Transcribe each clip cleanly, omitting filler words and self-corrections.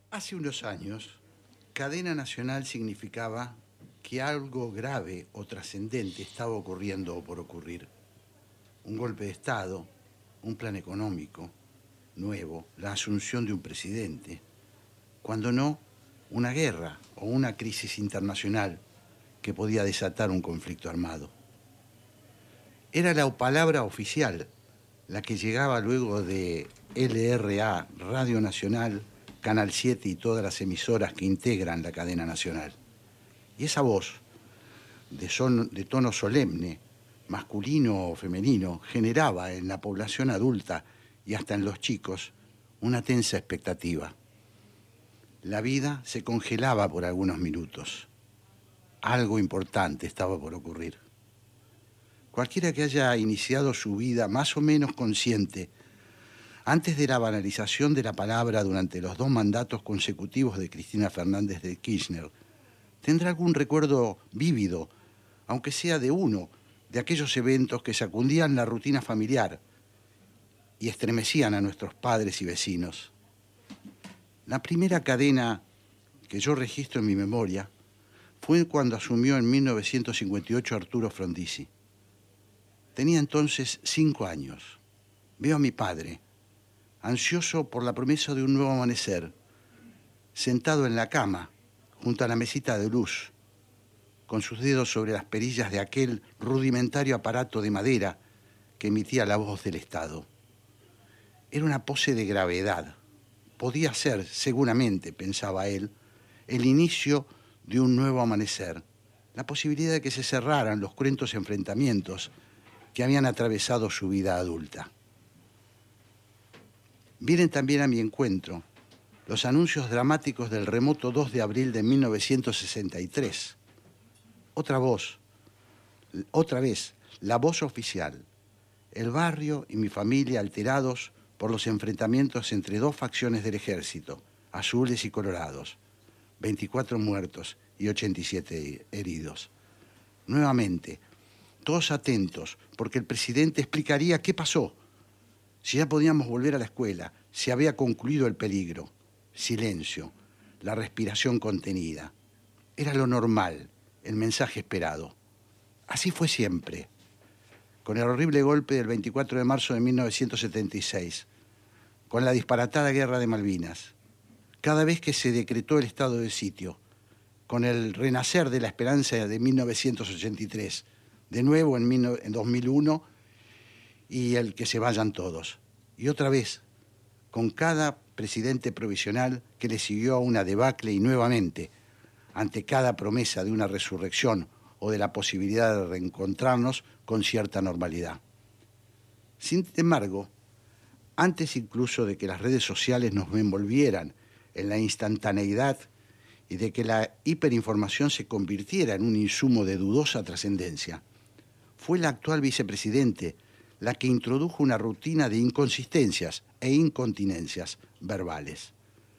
Hace unos años, cadena nacional significaba que algo grave o trascendente estaba ocurriendo o por ocurrir. Un golpe de Estado, un plan económico nuevo, la asunción de un presidente, cuando no, una guerra o una crisis internacional que podía desatar un conflicto armado. Era la palabra oficial, la que llegaba luego de LRA, Radio Nacional, Canal 7 y todas las emisoras que integran la cadena nacional. Y esa voz, de tono solemne, masculino o femenino, generaba en la población adulta y hasta en los chicos una tensa expectativa. La vida se congelaba por algunos minutos. Algo importante estaba por ocurrir. Cualquiera que haya iniciado su vida más o menos consciente antes de la banalización de la palabra durante los 2 mandatos consecutivos de Cristina Fernández de Kirchner, tendrá algún recuerdo vívido, aunque sea de uno, de aquellos eventos que sacudían la rutina familiar y estremecían a nuestros padres y vecinos. La primera cadena que yo registro en mi memoria fue cuando asumió en 1958 Arturo Frondizi. Tenía entonces 5 años. Veo a mi padre, ansioso por la promesa de un nuevo amanecer, sentado en la cama, junto a la mesita de luz, con sus dedos sobre las perillas de aquel rudimentario aparato de madera que emitía la voz del Estado. Era una pose de gravedad. Podía ser, seguramente, pensaba él, el inicio de un nuevo amanecer, la posibilidad de que se cerraran los cruentos enfrentamientos que habían atravesado su vida adulta. Vienen también a mi encuentro los anuncios dramáticos del remoto 2 de abril de 1963. Otra voz, otra vez, la voz oficial. El barrio y mi familia alterados por los enfrentamientos entre 2 facciones del ejército, azules y colorados. 24 muertos y 87 heridos. Nuevamente, todos atentos, porque el presidente explicaría qué pasó, si ya podíamos volver a la escuela, si había concluido el peligro. Silencio, la respiración contenida. Era lo normal, el mensaje esperado. Así fue siempre. Con el horrible golpe del 24 de marzo de 1976, con la disparatada guerra de Malvinas, cada vez que se decretó el estado de sitio, con el renacer de la esperanza de 1983, de nuevo en 2001, y el que se vayan todos. Y otra vez, con cada presidente provisional que le siguió a una debacle y nuevamente, ante cada promesa de una resurrección o de la posibilidad de reencontrarnos con cierta normalidad. Sin embargo, antes incluso de que las redes sociales nos envolvieran en la instantaneidad y de que la hiperinformación se convirtiera en un insumo de dudosa trascendencia, fue la actual vicepresidente la que introdujo una rutina de inconsistencias e incontinencias verbales.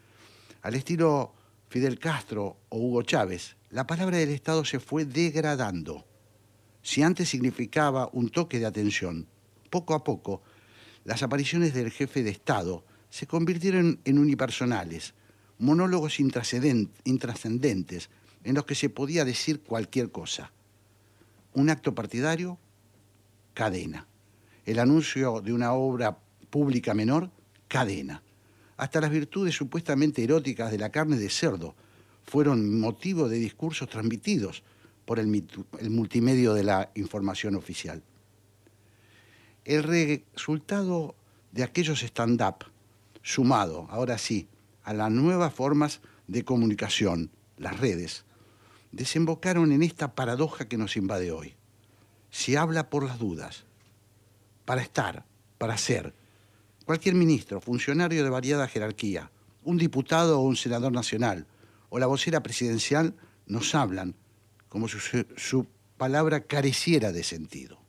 Al estilo Fidel Castro o Hugo Chávez, la palabra del Estado se fue degradando. Si antes significaba un toque de atención, poco a poco, las apariciones del jefe de Estado se convirtieron en unipersonales, monólogos intrascendentes en los que se podía decir cualquier cosa. Un acto partidario, cadena. El anuncio de una obra pública menor, cadena. Hasta las virtudes supuestamente eróticas de la carne de cerdo fueron motivo de discursos transmitidos por el multimedio de la información oficial. El resultado de aquellos stand-up, sumado, ahora sí, a las nuevas formas de comunicación, las redes, desembocaron en esta paradoja que nos invade hoy. Se habla por las dudas, para estar, para ser. Cualquier ministro, funcionario de variada jerarquía, un diputado o un senador nacional, o la vocera presidencial, nos hablan como si su palabra careciera de sentido.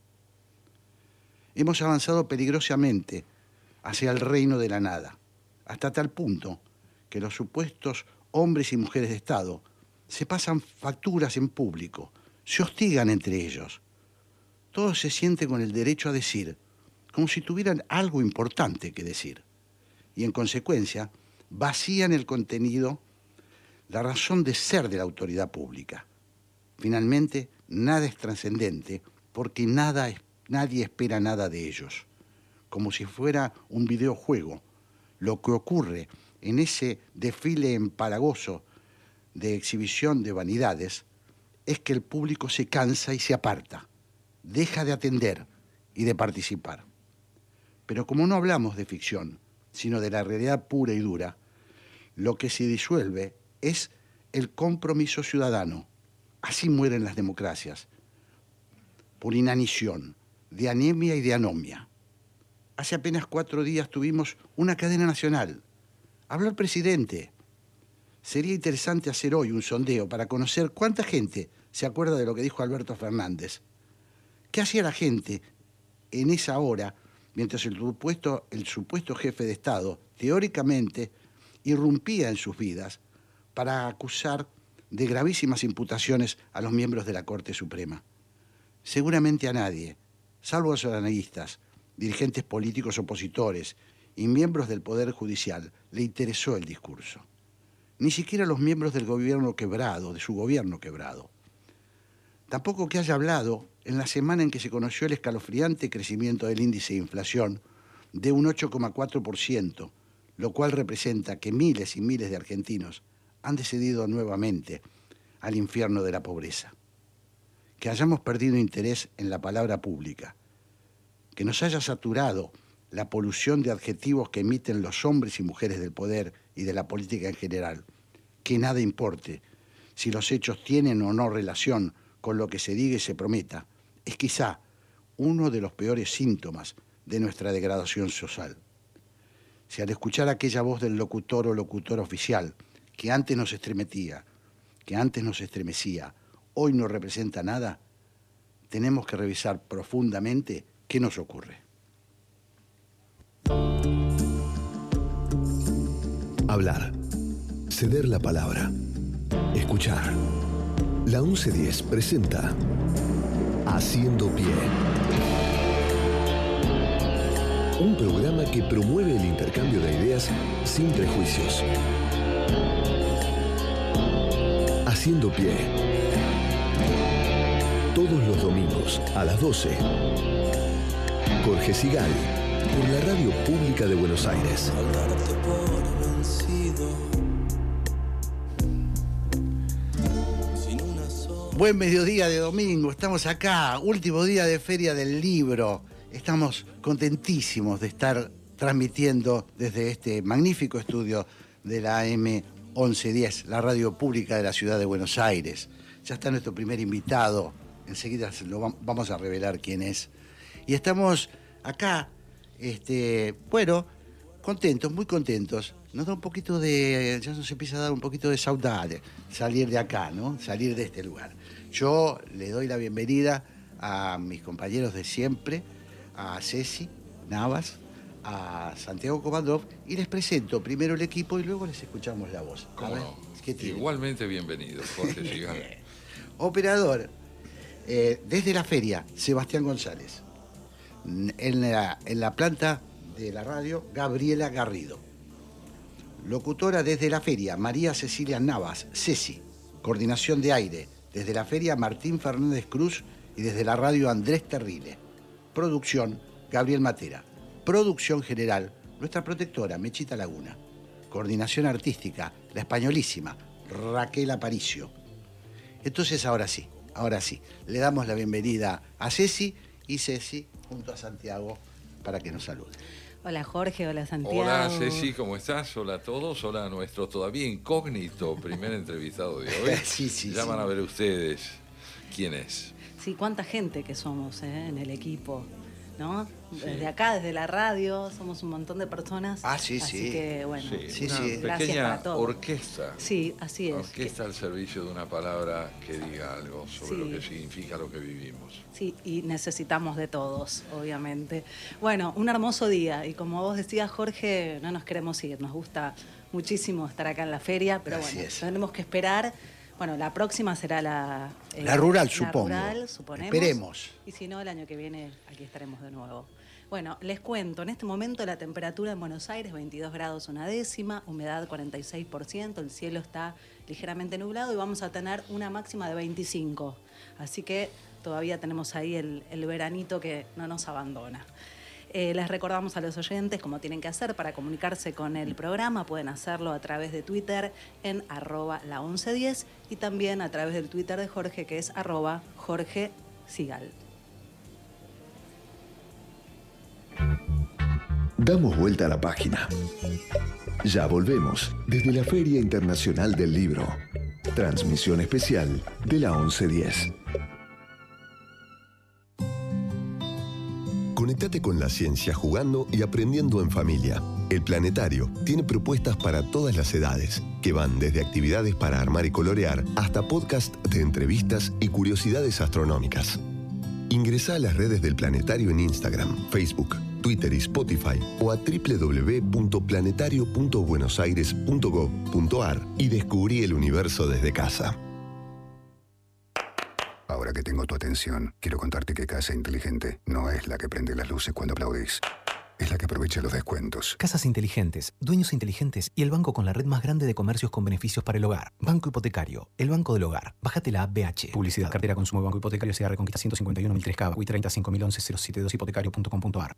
Hemos avanzado peligrosamente hacia el reino de la nada, hasta tal punto que los supuestos hombres y mujeres de Estado se pasan facturas en público, se hostigan entre ellos. Todos se sienten con el derecho a decir, como si tuvieran algo importante que decir. Y en consecuencia, vacían el contenido, la razón de ser de la autoridad pública. Finalmente, nada es trascendente porque nadie espera nada de ellos. Como si fuera un videojuego, lo que ocurre en ese desfile empalagoso de exhibición de vanidades es que el público se cansa y se aparta, deja de atender y de participar. Pero como no hablamos de ficción, sino de la realidad pura y dura, lo que se disuelve es el compromiso ciudadano. Así mueren las democracias, por inanición, de anemia y de anomia. Hace apenas 4 días tuvimos una cadena nacional. Habló el presidente. Sería interesante hacer hoy un sondeo para conocer cuánta gente se acuerda de lo que dijo Alberto Fernández. ¿Qué hacía la gente en esa hora, mientras el supuesto jefe de Estado, teóricamente, irrumpía en sus vidas para acusar de gravísimas imputaciones a los miembros de la Corte Suprema? Seguramente a nadie, salvo a los analistas, dirigentes políticos opositores y miembros del Poder Judicial, le interesó el discurso. Ni siquiera a los miembros del gobierno quebrado, de su gobierno quebrado. Tampoco que haya hablado en la semana en que se conoció el escalofriante crecimiento del índice de inflación de un 8,4%, lo cual representa que miles y miles de argentinos han descendido nuevamente al infierno de la pobreza. Que hayamos perdido interés en la palabra pública, que nos haya saturado la polución de adjetivos que emiten los hombres y mujeres del poder y de la política en general, que nada importe si los hechos tienen o no relación con lo que se diga y se prometa, es quizá uno de los peores síntomas de nuestra degradación social. Si al escuchar aquella voz del locutor o locutora oficial, que antes nos estremecía, hoy no representa nada, tenemos que revisar profundamente qué nos ocurre. Hablar, ceder la palabra, escuchar. La 1110 presenta Haciendo Pie. Un programa que promueve el intercambio de ideas sin prejuicios. Haciendo Pie. Todos los domingos a las 12. Jorge Sigal, por la Radio Pública de Buenos Aires. Buen mediodía de domingo, estamos acá, último día de Feria del Libro. Estamos contentísimos de estar transmitiendo desde este magnífico estudio de la AM 1110, la radio pública de la ciudad de Buenos Aires. Ya está nuestro primer invitado, enseguida vamos a revelar quién es. Y estamos acá, bueno, contentos, muy contentos. Nos da un poquito de, ya nos empieza a dar un poquito de saudade salir de acá, ¿no? Salir de este lugar. Yo le doy la bienvenida a mis compañeros de siempre, a Ceci Navas, a Santiago Komandov, y les presento primero el equipo y luego les escuchamos la voz. ¿Cómo no? ¿Qué tiene? Igualmente bienvenido, Jorge Sigal. Operador, desde la feria, Sebastián González. En la planta de la radio, Gabriela Garrido. Locutora desde la feria, María Cecilia Navas, Ceci. Coordinación de aire, desde la feria, Martín Fernández Cruz, y desde la radio, Andrés Terrile. Producción, Gabriel Matera. Producción general, nuestra protectora, Mechita Laguna. Coordinación artística, la españolísima, Raquel Aparicio. Entonces, ahora sí, le damos la bienvenida a Ceci, y Ceci junto a Santiago para que nos salude. Hola Jorge, hola Santiago. Hola Ceci, ¿cómo estás? Hola a todos, hola a nuestro todavía incógnito primer entrevistado de hoy. Sí. Ya van a ver ustedes quién es. Sí, cuánta gente que somos en el equipo, ¿no? Sí. Desde acá, desde la radio, somos un montón de personas. Sí. Así que, bueno, Una pequeña orquesta. Sí, así es. Orquesta al servicio de una palabra que diga algo sobre lo que significa lo que vivimos. Sí, y necesitamos de todos, obviamente. Bueno, un hermoso día, y como vos decías, Jorge, no nos queremos ir, nos gusta muchísimo estar acá en la feria, pero Así bueno, es. tenemos que esperar. Bueno, la próxima será la rural, la supongo. Rural, suponemos. Esperemos. Y si no, el año que viene aquí estaremos de nuevo. Bueno, les cuento, en este momento la temperatura en Buenos Aires 22 grados una décima, humedad 46%, el cielo está ligeramente nublado y vamos a tener una máxima de 25. Así que todavía tenemos ahí el veranito que no nos abandona. Les recordamos a los oyentes cómo tienen que hacer para comunicarse con el programa. Pueden hacerlo a través de Twitter en @la1110 y también a través del Twitter de Jorge, que es @JorgeSigal. Damos vuelta a la página. Ya volvemos desde la Feria Internacional del Libro. Transmisión especial de la 1110. Conectate con la ciencia jugando y aprendiendo en familia. El Planetario tiene propuestas para todas las edades, que van desde actividades para armar y colorear hasta podcast de entrevistas y curiosidades astronómicas. Ingresá a las redes del Planetario en Instagram, Facebook, Twitter y Spotify o a www.planetario.buenosaires.gov.ar y descubrí el universo desde casa. Ahora que tengo tu atención, quiero contarte que Casa Inteligente no es la que prende las luces cuando aplaudís. Es la que aprovecha los descuentos. Casas inteligentes, dueños inteligentes y el banco con la red más grande de comercios con beneficios para el hogar. Banco Hipotecario, el banco del hogar. Bájate la app BH. Publicidad, cartera, consumo, banco hipotecario, CR Reconquista 151.003K, UI 35011-072 hipotecario.com.ar.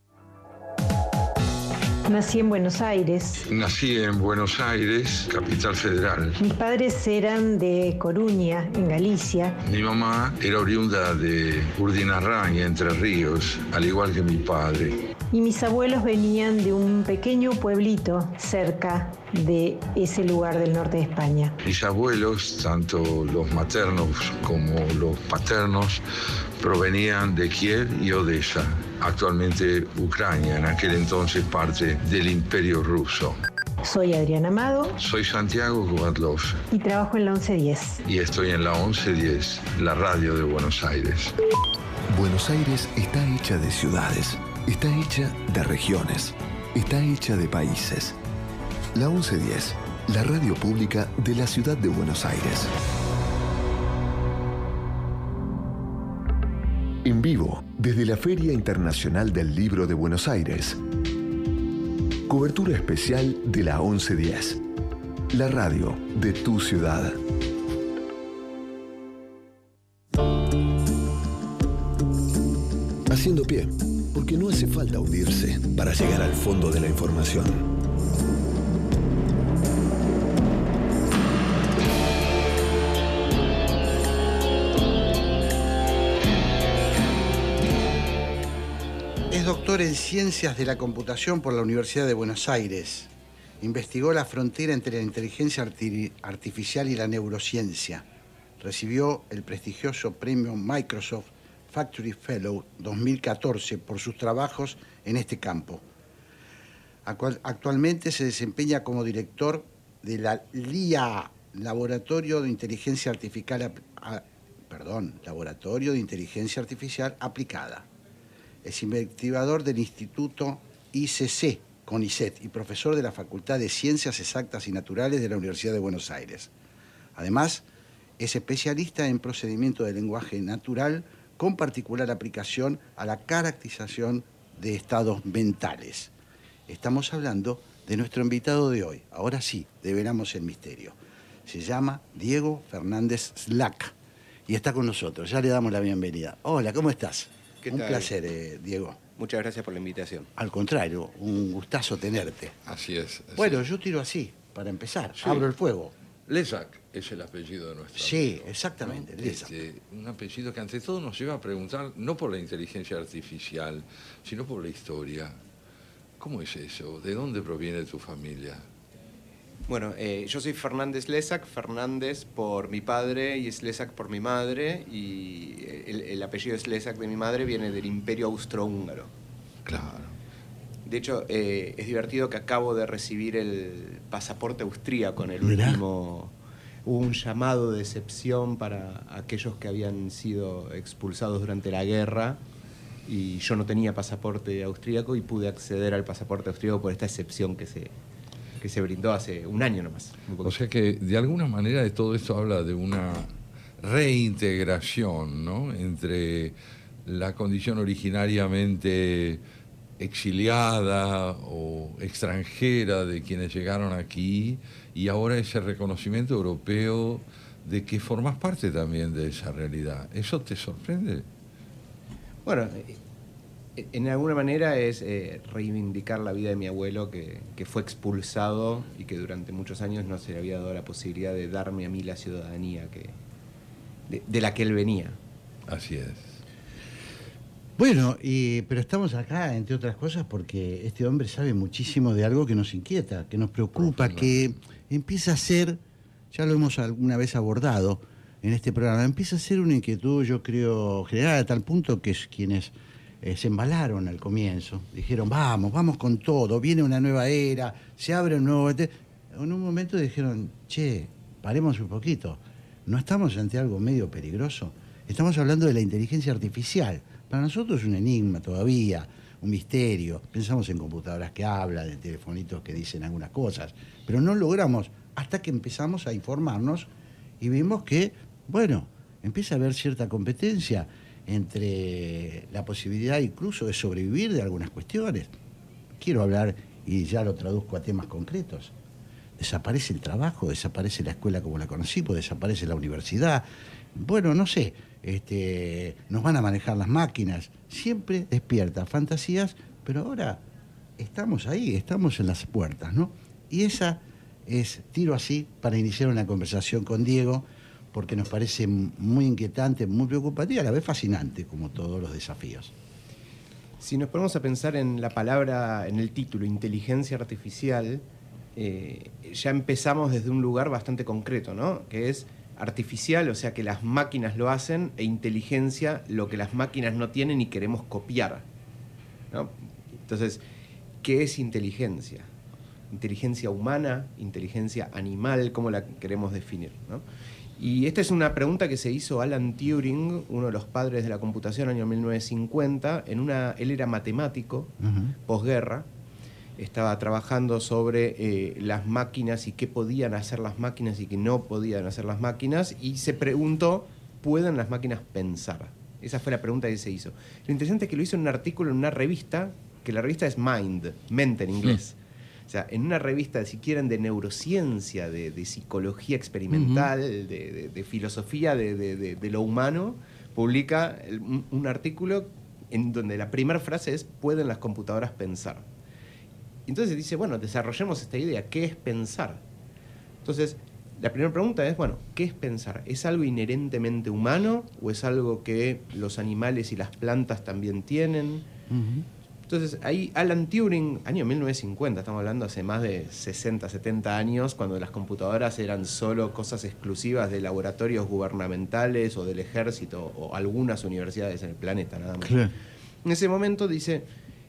Nací en Buenos Aires. Nací en Buenos Aires, capital federal. Mis padres eran de Coruña, en Galicia. Mi mamá era oriunda de Urdinarrañ, Entre Ríos, al igual que mi padre. Y mis abuelos venían de un pequeño pueblito cerca de ese lugar del norte de España. Mis abuelos, tanto los maternos como los paternos, provenían de Kiev y Odessa, actualmente Ucrania, en aquel entonces parte del Imperio Ruso. Soy Adriana Amado. Soy Santiago Kubatlov. Y trabajo en la 1110. Y estoy en la 1110, la radio de Buenos Aires. Buenos Aires está hecha de ciudades, está hecha de regiones, está hecha de países. La 1110, la radio pública de la ciudad de Buenos Aires. En vivo, desde la Feria Internacional del Libro de Buenos Aires. Cobertura especial de la 1110. La radio de tu ciudad. Haciendo pie, porque no hace falta hundirse para llegar al fondo de la información. Es doctor en Ciencias de la Computación por la Universidad de Buenos Aires. Investigó la frontera entre la inteligencia artificial y la neurociencia. Recibió el prestigioso premio Microsoft Factory Fellow 2014 por sus trabajos en este campo. Actualmente se desempeña como director de la LIA, Laboratorio de Inteligencia Artificial Aplicada. Es investigador del Instituto ICC, CONICET, y profesor de la Facultad de Ciencias Exactas y Naturales de la Universidad de Buenos Aires. Además, es especialista en procedimiento de lenguaje natural, con particular aplicación a la caracterización de estados mentales. Estamos hablando de nuestro invitado de hoy. Ahora sí, develamos el misterio. Se llama Diego Fernández Slack y está con nosotros. Ya le damos la bienvenida. Hola, ¿cómo estás? ¿Qué Un tal? placer, Diego. Muchas gracias por la invitación. Al contrario, un gustazo tenerte. Así es. Bueno, yo tiro así, para empezar. Sí. Abro el fuego. Lesak es el apellido de nuestro Sí, amigo, exactamente, ¿no? Lesak. Un apellido que ante todo nos lleva a preguntar, no por la inteligencia artificial, sino por la historia. ¿Cómo es eso? ¿De dónde proviene tu familia? Bueno, yo soy Fernández Lesak, Fernández por mi padre y Lesak por mi madre, y el apellido Lesak de mi madre viene del Imperio Austrohúngaro. Claro. De hecho, es divertido que acabo de recibir el pasaporte austríaco en el Mirá. último... Hubo un llamado de excepción para aquellos que habían sido expulsados durante la guerra, y yo no tenía pasaporte austríaco y pude acceder al pasaporte austríaco por esta excepción que se brindó hace un año nomás. muy poco. O sea que de alguna manera de todo esto habla de una reintegración, ¿no?, entre la condición originariamente exiliada o extranjera de quienes llegaron aquí, y ahora ese reconocimiento europeo de que formas parte también de esa realidad. ¿Eso te sorprende? Bueno, en alguna manera es reivindicar la vida de mi abuelo que fue expulsado y que durante muchos años no se le había dado la posibilidad de darme a mí la ciudadanía de la que él venía. Así es. Bueno, pero estamos acá, entre otras cosas, porque este hombre sabe muchísimo de algo que nos inquieta, que nos preocupa, que empieza a ser, ya lo hemos alguna vez abordado en este programa, empieza a ser una inquietud, yo creo, general a tal punto que quienes se embalaron al comienzo, dijeron, vamos con todo, viene una nueva era, se abre un nuevo... En un momento dijeron, che, paremos un poquito, ¿no estamos ante algo medio peligroso? Estamos hablando de la inteligencia artificial. Para nosotros es un enigma todavía, un misterio. Pensamos en computadoras que hablan, en telefonitos que dicen algunas cosas, pero no logramos hasta que empezamos a informarnos y vimos que, bueno, empieza a haber cierta competencia entre la posibilidad incluso de sobrevivir de algunas cuestiones. Quiero hablar, y ya lo traduzco a temas concretos. Desaparece el trabajo, desaparece la escuela como la conocimos, desaparece la universidad. Bueno, no sé, nos van a manejar las máquinas. Siempre despierta fantasías, pero ahora estamos ahí, estamos en las puertas, ¿no? Y esa es, tiro así para iniciar una conversación con Diego, porque nos parece muy inquietante, muy preocupante y a la vez fascinante, como todos los desafíos. Si nos ponemos a pensar en la palabra, en el título, inteligencia artificial, ya empezamos desde un lugar bastante concreto, ¿no? Que es artificial, o sea que las máquinas lo hacen, e inteligencia, lo que las máquinas no tienen y queremos copiar, ¿no? Entonces, ¿qué es inteligencia? ¿Inteligencia humana? ¿Inteligencia animal? ¿Cómo la queremos definir, ¿no? Y esta es una pregunta que se hizo Alan Turing, uno de los padres de la computación, año 1950. Él era matemático, posguerra. Estaba trabajando sobre las máquinas y qué podían hacer las máquinas y qué no podían hacer las máquinas. Y se preguntó, ¿pueden las máquinas pensar? Esa fue la pregunta que se hizo. Lo interesante es que lo hizo en un artículo en una revista, que la revista es Mind, mente en inglés. O sea, en una revista, si quieren, de neurociencia, de psicología experimental, de filosofía de lo humano, publica un artículo en donde la primera frase es ¿pueden las computadoras pensar? Entonces dice, bueno, desarrollemos esta idea, ¿qué es pensar? Entonces, la primera pregunta es, bueno, ¿qué es pensar? ¿Es algo inherentemente humano o es algo que los animales y las plantas también tienen? Entonces, ahí Alan Turing, año 1950, estamos hablando hace más de 60, 70 años, cuando las computadoras eran solo cosas exclusivas de laboratorios gubernamentales o del ejército o algunas universidades en el planeta, nada más. Claro. En ese momento dice,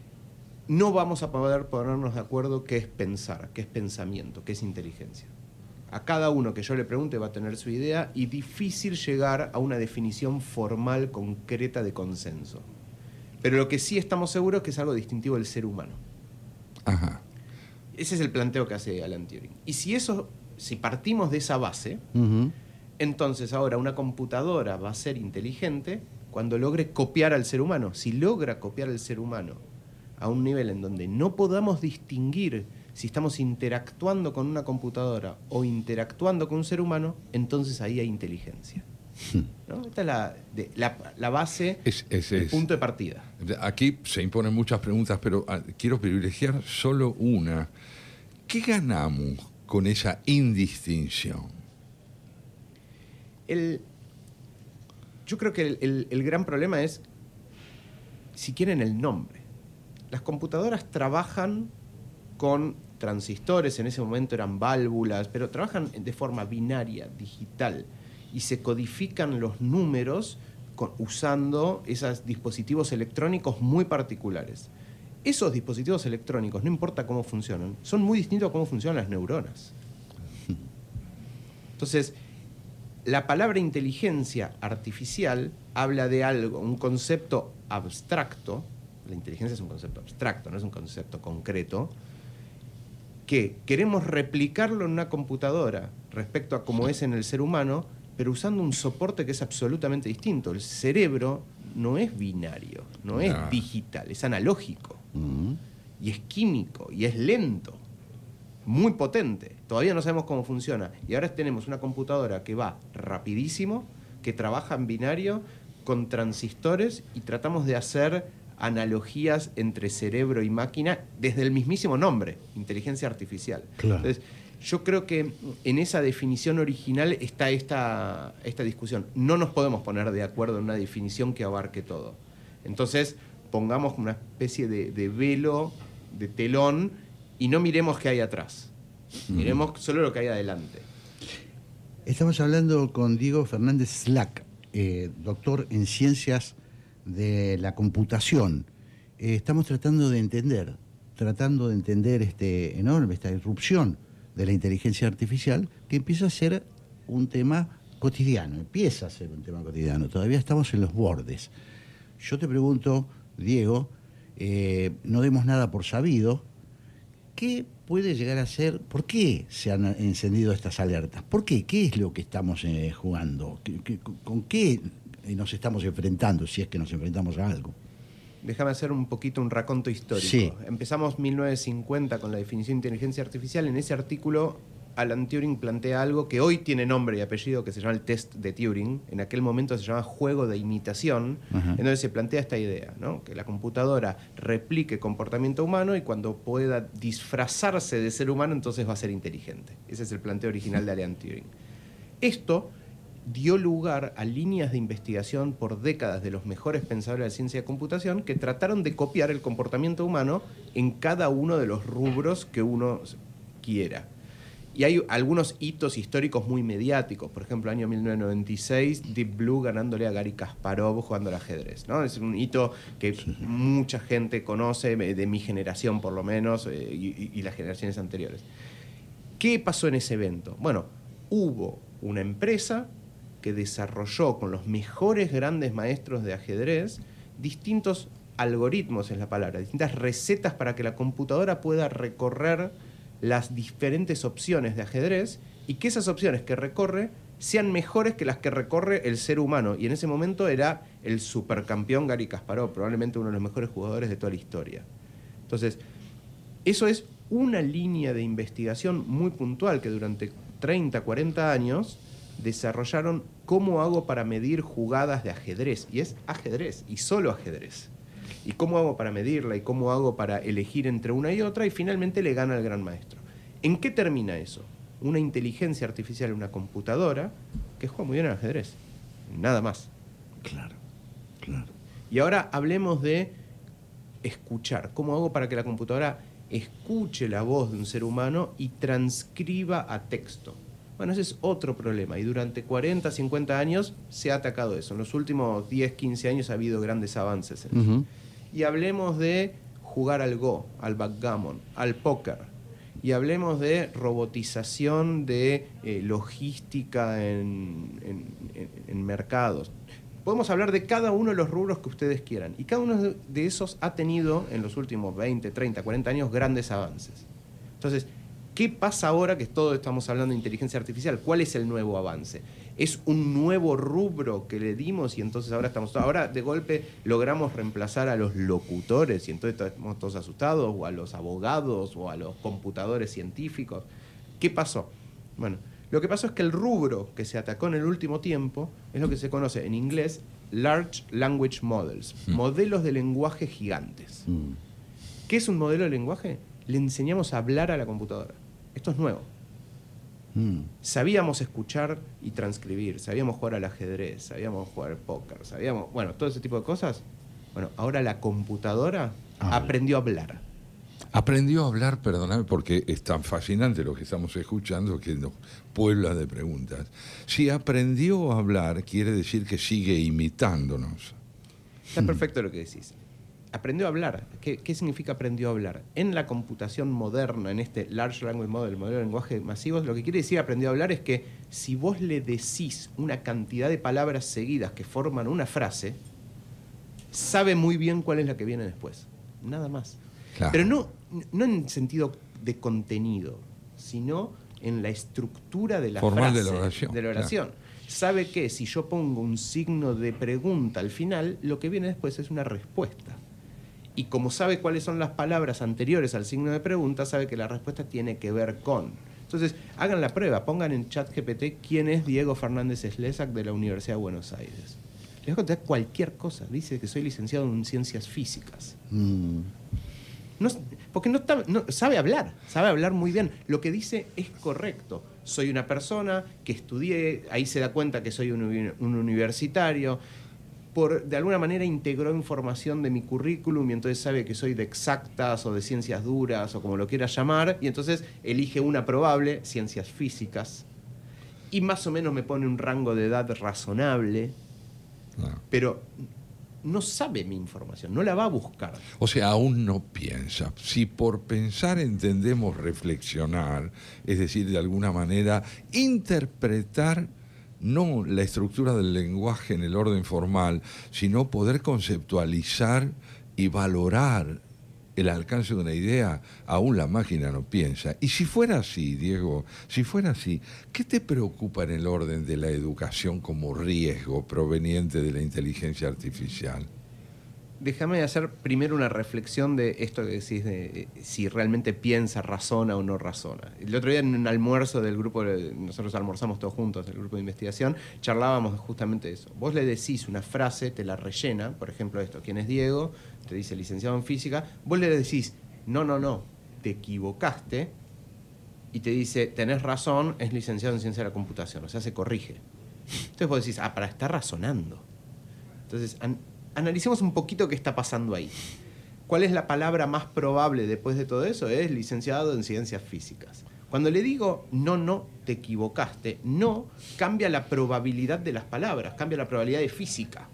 no vamos a poder ponernos de acuerdo qué es pensar, qué es pensamiento, qué es inteligencia. A cada uno que yo le pregunte va a tener su idea y difícil llegar a una definición formal, concreta de consenso. Pero lo que sí estamos seguros es que es algo distintivo del ser humano. Ajá. Ese es el planteo que hace Alan Turing. Y si partimos de esa base, entonces ahora una computadora va a ser inteligente cuando logre copiar al ser humano. Si logra copiar al ser humano a un nivel en donde no podamos distinguir si estamos interactuando con una computadora o interactuando con un ser humano, entonces ahí hay inteligencia. ¿No? Esta es la base, el punto de partida. Aquí se imponen muchas preguntas, pero quiero privilegiar solo una. ¿Qué ganamos con esa indistinción? Yo creo que el gran problema es, si quieren, el nombre. Las computadoras trabajan con transistores, en ese momento eran válvulas, pero trabajan de forma binaria, digital, y se codifican los números usando esos dispositivos electrónicos muy particulares. Esos dispositivos electrónicos, no importa cómo funcionan, son muy distintos a cómo funcionan las neuronas. Entonces, la palabra inteligencia artificial habla de algo, un concepto abstracto. La inteligencia es un concepto abstracto, no es un concepto concreto, que queremos replicarlo en una computadora respecto a cómo es en el ser humano, pero usando un soporte que es absolutamente distinto. El cerebro no es binario, no es digital, es analógico. Y es químico, y es lento, muy potente. Todavía no sabemos cómo funciona. Y ahora tenemos una computadora que va rapidísimo, que trabaja en binario, con transistores, y tratamos de hacer analogías entre cerebro y máquina desde el mismísimo nombre, inteligencia artificial. Claro. Entonces, yo creo que en esa definición original está esta discusión. No nos podemos poner de acuerdo en una definición que abarque todo. Entonces, pongamos una especie de velo, de telón, y no miremos qué hay atrás. Miremos solo lo que hay adelante. Estamos hablando con Diego Fernández Slack, doctor en Ciencias de la Computación. Estamos tratando de entender esta irrupción de la inteligencia artificial, que empieza a ser un tema cotidiano, todavía estamos en los bordes. Yo te pregunto, Diego, no demos nada por sabido, ¿qué puede llegar a ser? ¿Por qué se han encendido estas alertas? ¿Por qué? ¿Qué es lo que estamos jugando? ¿Con qué nos estamos enfrentando, si es que nos enfrentamos a algo? Déjame hacer un poquito un raconto histórico. Sí. Empezamos 1950 con la definición de inteligencia artificial. En ese artículo, Alan Turing plantea algo que hoy tiene nombre y apellido, que se llama el test de Turing. En aquel momento se llama juego de imitación. Entonces se plantea esta idea, ¿no? Que la computadora replique comportamiento humano, y cuando pueda disfrazarse de ser humano, entonces va a ser inteligente. Ese es el planteo original de Alan Turing. Esto dio lugar a líneas de investigación por décadas de los mejores pensadores de la ciencia de computación, que trataron de copiar el comportamiento humano en cada uno de los rubros que uno quiera. Y hay algunos hitos históricos muy mediáticos. Por ejemplo, año 1996, Deep Blue ganándole a Garry Kasparov jugando al ajedrez, ¿no? Es un hito que mucha gente conoce, de mi generación por lo menos, y las generaciones anteriores. ¿Qué pasó en ese evento? Bueno, hubo una empresa que desarrolló con los mejores grandes maestros de ajedrez distintos algoritmos, es la palabra, distintas recetas para que la computadora pueda recorrer las diferentes opciones de ajedrez, y que esas opciones que recorre sean mejores que las que recorre el ser humano. Y en ese momento era el supercampeón Garry Kasparov, probablemente uno de los mejores jugadores de toda la historia. Entonces, eso es una línea de investigación muy puntual que durante 30, 40 años desarrollaron cómo hago para medir jugadas de ajedrez. Y es ajedrez, y solo ajedrez. Y cómo hago para medirla, y cómo hago para elegir entre una y otra, y finalmente le gana al gran maestro. ¿En qué termina eso? Una inteligencia artificial, una computadora que juega muy bien al ajedrez. Nada más. Claro. Y ahora hablemos de escuchar. ¿Cómo hago para que la computadora escuche la voz de un ser humano y transcriba a texto? Bueno, ese es otro problema, y durante 40, 50 años se ha atacado eso. En los últimos 10, 15 años ha habido grandes avances en eso. Y hablemos de jugar al Go, al backgammon, al póker. Y hablemos de robotización de logística en mercados. Podemos hablar de cada uno de los rubros que ustedes quieran. Y cada uno de esos ha tenido en los últimos 20, 30, 40 años grandes avances. Entonces, ¿qué pasa ahora que todos estamos hablando de inteligencia artificial? ¿Cuál es el nuevo avance? ¿Es un nuevo rubro que le dimos y entonces ahora de golpe logramos reemplazar a los locutores y entonces estamos todos asustados, o a los abogados o a los computadores científicos? ¿Qué pasó? Bueno, lo que pasó es que el rubro que se atacó en el último tiempo es lo que se conoce en inglés Large Language Models, modelos de lenguaje gigantes. ¿Qué es un modelo de lenguaje? Le enseñamos a hablar a la computadora. Esto es nuevo. Sabíamos escuchar y transcribir, sabíamos jugar al ajedrez, sabíamos jugar al póker, todo ese tipo de cosas. Bueno, ahora la computadora aprendió a hablar. Aprendió a hablar, perdóname, porque es tan fascinante lo que estamos escuchando que nos puebla de preguntas. Si aprendió a hablar, quiere decir que sigue imitándonos. Está perfecto lo que decís. Aprendió a hablar. ¿Qué significa aprendió a hablar? En la computación moderna, en este Large Language Model, el modelo de lenguaje masivo, lo que quiere decir aprendió a hablar es que si vos le decís una cantidad de palabras seguidas que forman una frase, sabe muy bien cuál es la que viene después. Nada más. Claro. Pero no en sentido de contenido, sino en la estructura de la formal frase, de la oración. Claro. Sabe que si yo pongo un signo de pregunta al final, lo que viene después es una respuesta. Y como sabe cuáles son las palabras anteriores al signo de pregunta, sabe que la respuesta tiene que ver con. Entonces, hagan la prueba, pongan en ChatGPT quién es Diego Fernández Slezak de la Universidad de Buenos Aires. Les voy a contar cualquier cosa. Dice que soy licenciado en ciencias físicas. No, porque no sabe hablar muy bien. Lo que dice es correcto. Soy una persona que estudié, ahí se da cuenta que soy un universitario. De alguna manera integró información de mi currículum y entonces sabe que soy de exactas o de ciencias duras o como lo quieras llamar, y entonces elige una probable, ciencias físicas, y más o menos me pone un rango de edad razonable, pero no sabe mi información, no la va a buscar. O sea, aún no piensa. Si por pensar entendemos reflexionar, es decir, de alguna manera interpretar no la estructura del lenguaje en el orden formal, sino poder conceptualizar y valorar el alcance de una idea, aún la máquina no piensa. Y si fuera así, Diego, si fuera así, ¿qué te preocupa en el orden de la educación como riesgo proveniente de la inteligencia artificial? Déjame hacer primero una reflexión de esto que decís de si realmente piensa, razona o no razona. El otro día en un almuerzo del grupo, nosotros almorzamos todos juntos, el grupo de investigación, charlábamos justamente de eso. Vos le decís una frase, te la rellena, por ejemplo esto, ¿quién es Diego? Te dice licenciado en física. Vos le decís, no, te equivocaste, y te dice, tenés razón, es licenciado en ciencia de la computación, o sea, se corrige. Entonces vos decís, para estar razonando. Entonces, analicemos un poquito qué está pasando ahí. ¿Cuál es la palabra más probable después de todo eso? Es licenciado en ciencias físicas. Cuando le digo no, te equivocaste, no cambia la probabilidad de las palabras, cambia la probabilidad de física.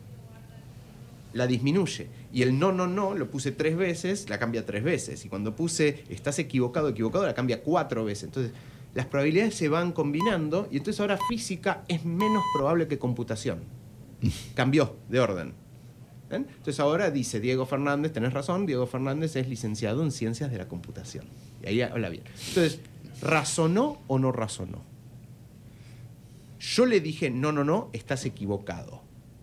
La disminuye. Y el no, lo puse 3 veces, la cambia 3 veces. Y cuando puse estás equivocado, la cambia 4 veces. Entonces, las probabilidades se van combinando y entonces ahora física es menos probable que computación. Cambió de orden. ¿Ven? Entonces ahora dice Diego Fernández, tenés razón, Diego Fernández es licenciado en ciencias de la computación. Y ahí habla bien. Entonces, ¿razonó o no razonó? Yo le dije, no, estás equivocado.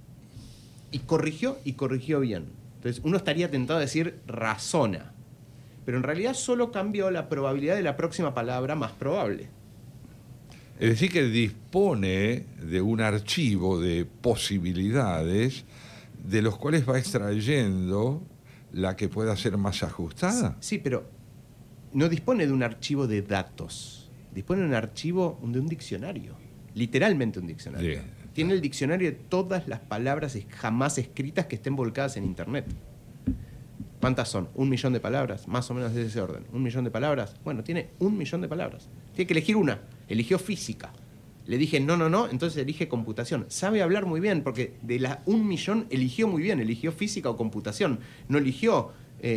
Y corrigió bien. Entonces uno estaría tentado a decir razona. Pero en realidad solo cambió la probabilidad de la próxima palabra más probable. Es decir, que dispone de un archivo de posibilidades de los cuales va extrayendo la que pueda ser más ajustada. Sí, pero no dispone de un archivo de datos. Dispone de un archivo de un diccionario. Literalmente un diccionario. Bien. Tiene el diccionario de todas las palabras jamás escritas que estén volcadas en Internet. ¿Cuántas son? 1 millón de palabras, más o menos de ese orden. 1 millón de palabras. Bueno, tiene 1 millón de palabras. Tiene que elegir una. Eligió física. Le dije no, entonces elige computación. Sabe hablar muy bien, porque de las 1 millón eligió muy bien. Eligió física o computación. No eligió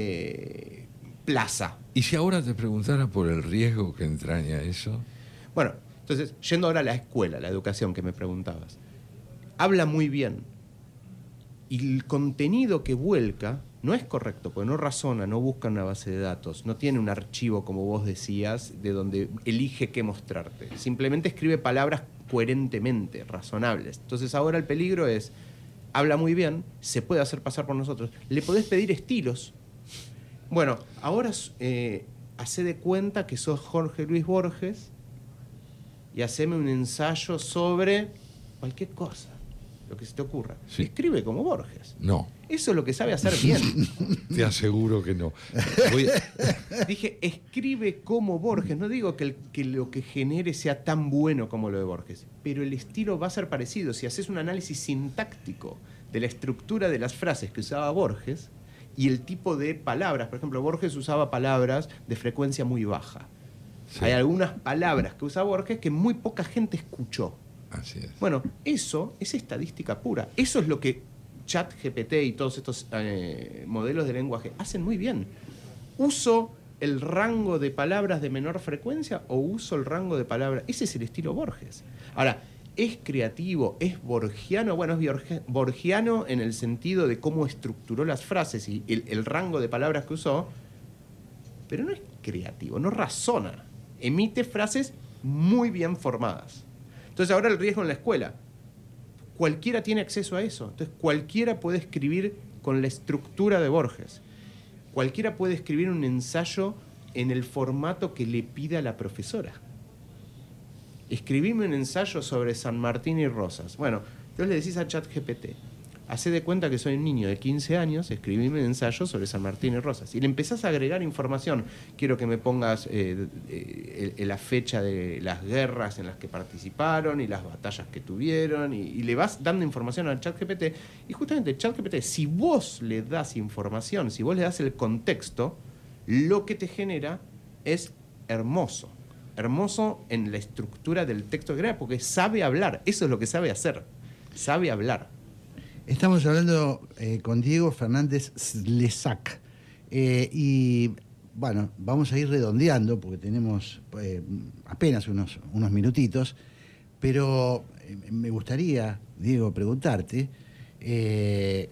plaza. ¿Y si ahora te preguntara por el riesgo que entraña eso? Bueno, entonces, yendo ahora a la escuela, la educación que me preguntabas. Habla muy bien. Y el contenido que vuelca no es correcto, porque no razona, no busca una base de datos, no tiene un archivo, como vos decías, de donde elige qué mostrarte. Simplemente escribe palabras coherentemente, razonables. Entonces ahora el peligro es, habla muy bien, se puede hacer pasar por nosotros, le podés pedir estilos. Bueno, ahora hacé de cuenta que sos Jorge Luis Borges y haceme un ensayo sobre cualquier cosa, lo que se te ocurra. Sí. Escribe como Borges. No. Eso es lo que sabe hacer bien. Te aseguro que no. Dije, escribe como Borges. No digo que lo que genere sea tan bueno como lo de Borges, pero el estilo va a ser parecido. Si haces un análisis sintáctico de la estructura de las frases que usaba Borges y el tipo de palabras, por ejemplo, Borges usaba palabras de frecuencia muy baja. Sí. Hay algunas palabras que usa Borges que muy poca gente escuchó. Así es. Bueno, eso es estadística pura. Eso es lo que ChatGPT y todos estos modelos de lenguaje hacen muy bien. ¿Uso el rango de palabras de menor frecuencia o uso el rango de palabras? Ese es el estilo Borges. Ahora, ¿es creativo? ¿Es borgiano? Bueno, es borgiano en el sentido de cómo estructuró las frases y el rango de palabras que usó, pero no es creativo, no razona. Emite frases muy bien formadas. Entonces ahora el riesgo en la escuela. Cualquiera tiene acceso a eso. Entonces cualquiera puede escribir con la estructura de Borges. cualquiera puede escribir un ensayo en el formato que le pida la profesora. Escribime un ensayo sobre San Martín y Rosas. Bueno, entonces le decís a ChatGPT, hacé de cuenta que soy un niño de 15 años, escribime un ensayo sobre San Martín y Rosas. Y le empezás a agregar información. Quiero que me pongas la fecha de las guerras en las que participaron y las batallas que tuvieron. Y le vas dando información al ChatGPT. Y justamente ChatGPT, si vos le das información, si vos le das el contexto, lo que te genera es hermoso. Hermoso en la estructura del texto que crea, porque sabe hablar. Eso es lo que sabe hacer. Sabe hablar. Estamos hablando con Diego Fernández Slezak. Y bueno, vamos a ir redondeando porque tenemos apenas unos minutitos. Pero me gustaría, Diego, preguntarte ¿qué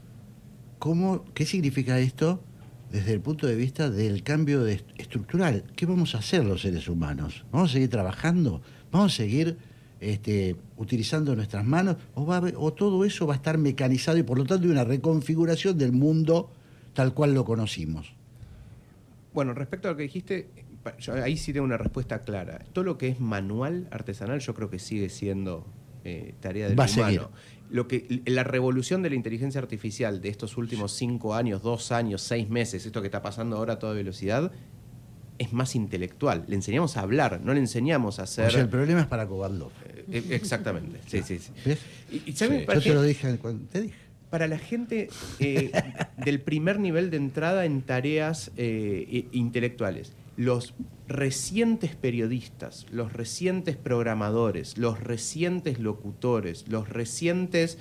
significa esto desde el punto de vista del cambio estructural? ¿Qué vamos a hacer los seres humanos? ¿Vamos a seguir trabajando? ¿Vamos a seguir utilizando nuestras manos? ¿O todo eso va a estar mecanizado y por lo tanto hay una reconfiguración del mundo tal cual lo conocimos? Bueno, respecto a lo que dijiste, yo ahí sí tengo una respuesta clara. Todo lo que es manual, artesanal, yo creo que sigue siendo tarea del humano. La revolución de la inteligencia artificial de estos últimos 5 años, 2 años, 6 meses, esto que está pasando ahora a toda velocidad, es más intelectual. Le enseñamos a hablar, no le enseñamos a hacer... O sea, el problema es para Kovalov. Exactamente, sí. ¿Ves? Y ¿saben yo te lo dije cuando te dije. Para la gente del primer nivel de entrada en tareas intelectuales, los recientes periodistas, los recientes programadores, los recientes locutores, los recientes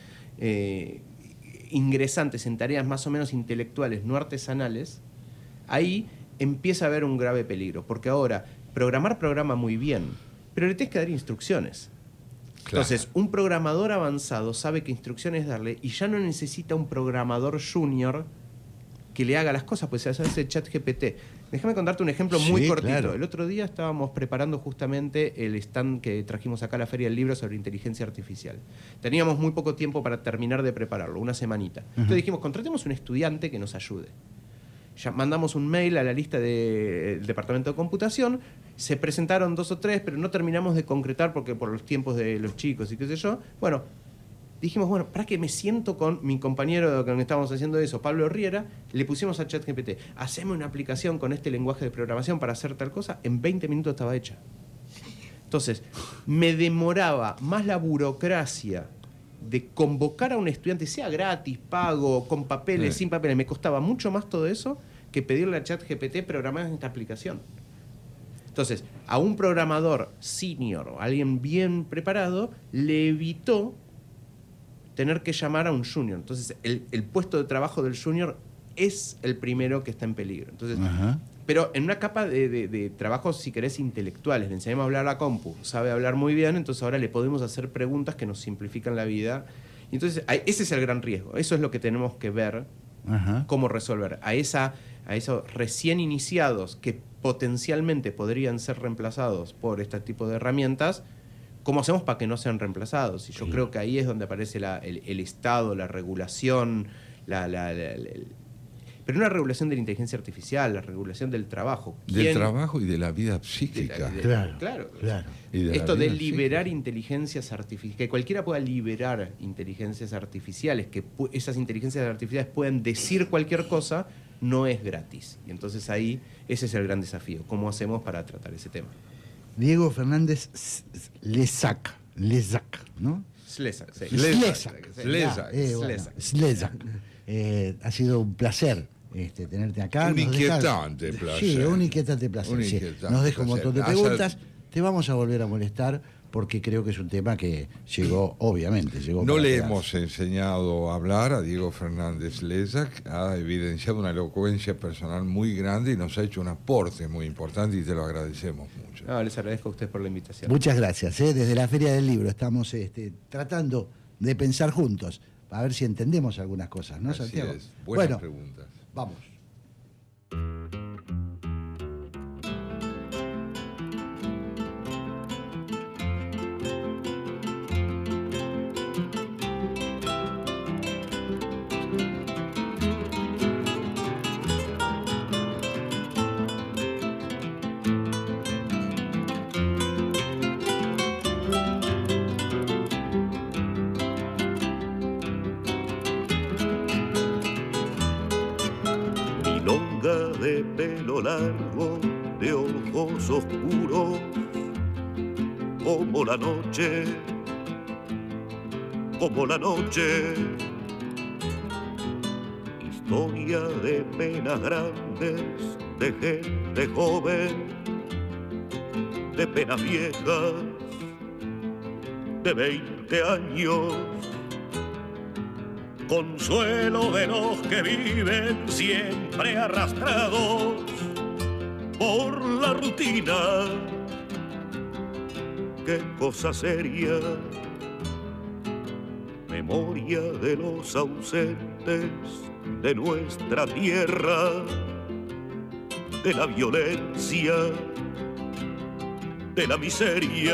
ingresantes en tareas más o menos intelectuales, no artesanales, ahí empieza a haber un grave peligro, porque ahora programa muy bien, pero le tienes que dar instrucciones. Claro. Entonces, un programador avanzado sabe qué instrucciones darle y ya no necesita un programador junior que le haga las cosas, pues se hace ChatGPT. Déjame contarte un ejemplo muy cortito. Claro. El otro día estábamos preparando justamente el stand que trajimos acá a la Feria del Libro sobre inteligencia artificial. Teníamos muy poco tiempo para terminar de prepararlo, una semanita. Entonces dijimos, contratemos un estudiante que nos ayude. Ya mandamos un mail a la lista del departamento de computación, se presentaron 2 o 3, pero no terminamos de concretar porque por los tiempos de los chicos y qué sé yo. Bueno, dijimos, para que me siento con mi compañero con el que estábamos haciendo eso, Pablo Riera, le pusimos a ChatGPT, haceme una aplicación con este lenguaje de programación para hacer tal cosa, en 20 minutos estaba hecha. Entonces, me demoraba más la burocracia de convocar a un estudiante, sea gratis, pago, con papeles, sin papeles, me costaba mucho más todo eso que pedirle a ChatGPT programar esta aplicación. Entonces, a un programador senior o alguien bien preparado le evitó tener que llamar a un junior. Entonces, el puesto de trabajo del junior es el primero que está en peligro. Entonces, pero en una capa de trabajos, si querés, intelectuales. Le enseñamos a hablar a compu, sabe hablar muy bien, entonces ahora le podemos hacer preguntas que nos simplifican la vida. Y entonces, ese es el gran riesgo. Eso es lo que tenemos que ver, cómo resolver. A esos recién iniciados que potencialmente podrían ser reemplazados por este tipo de herramientas, ¿cómo hacemos para que no sean reemplazados? Y yo creo que ahí es donde aparece el Estado, la regulación, pero una regulación de la inteligencia artificial, la regulación del trabajo. Del trabajo y de la vida psíquica. Claro. Esto de liberar inteligencias artificiales, que cualquiera pueda liberar inteligencias artificiales, que esas inteligencias artificiales puedan decir cualquier cosa, no es gratis. Y entonces ahí ese es el gran desafío. ¿Cómo hacemos para tratar ese tema? Diego Fernández Slezak, ¿no? Slezak. Ha sido un placer tenerte acá. Un inquietante placer. Sí, un inquietante placer. Nos deja un montón de preguntas. Te vamos a volver a molestar porque creo que es un tema que llegó. No le hemos enseñado a hablar a Diego Fernández Slezak, ha evidenciado una elocuencia personal muy grande y nos ha hecho un aporte muy importante y te lo agradecemos mucho. Les agradezco a ustedes por la invitación. Muchas gracias. Desde la Feria del Libro estamos tratando de pensar juntos, a ver si entendemos algunas cosas, ¿no, Santiago? Así es. Buenas preguntas. Vamos. largo de ojos oscuros como la noche, como la noche. Historia de penas grandes, de gente joven, de penas viejas, de 20 años. Consuelo de los que viven siempre arrastrados por la rutina. Qué cosa seria, memoria de los ausentes de nuestra tierra, de la violencia, de la miseria.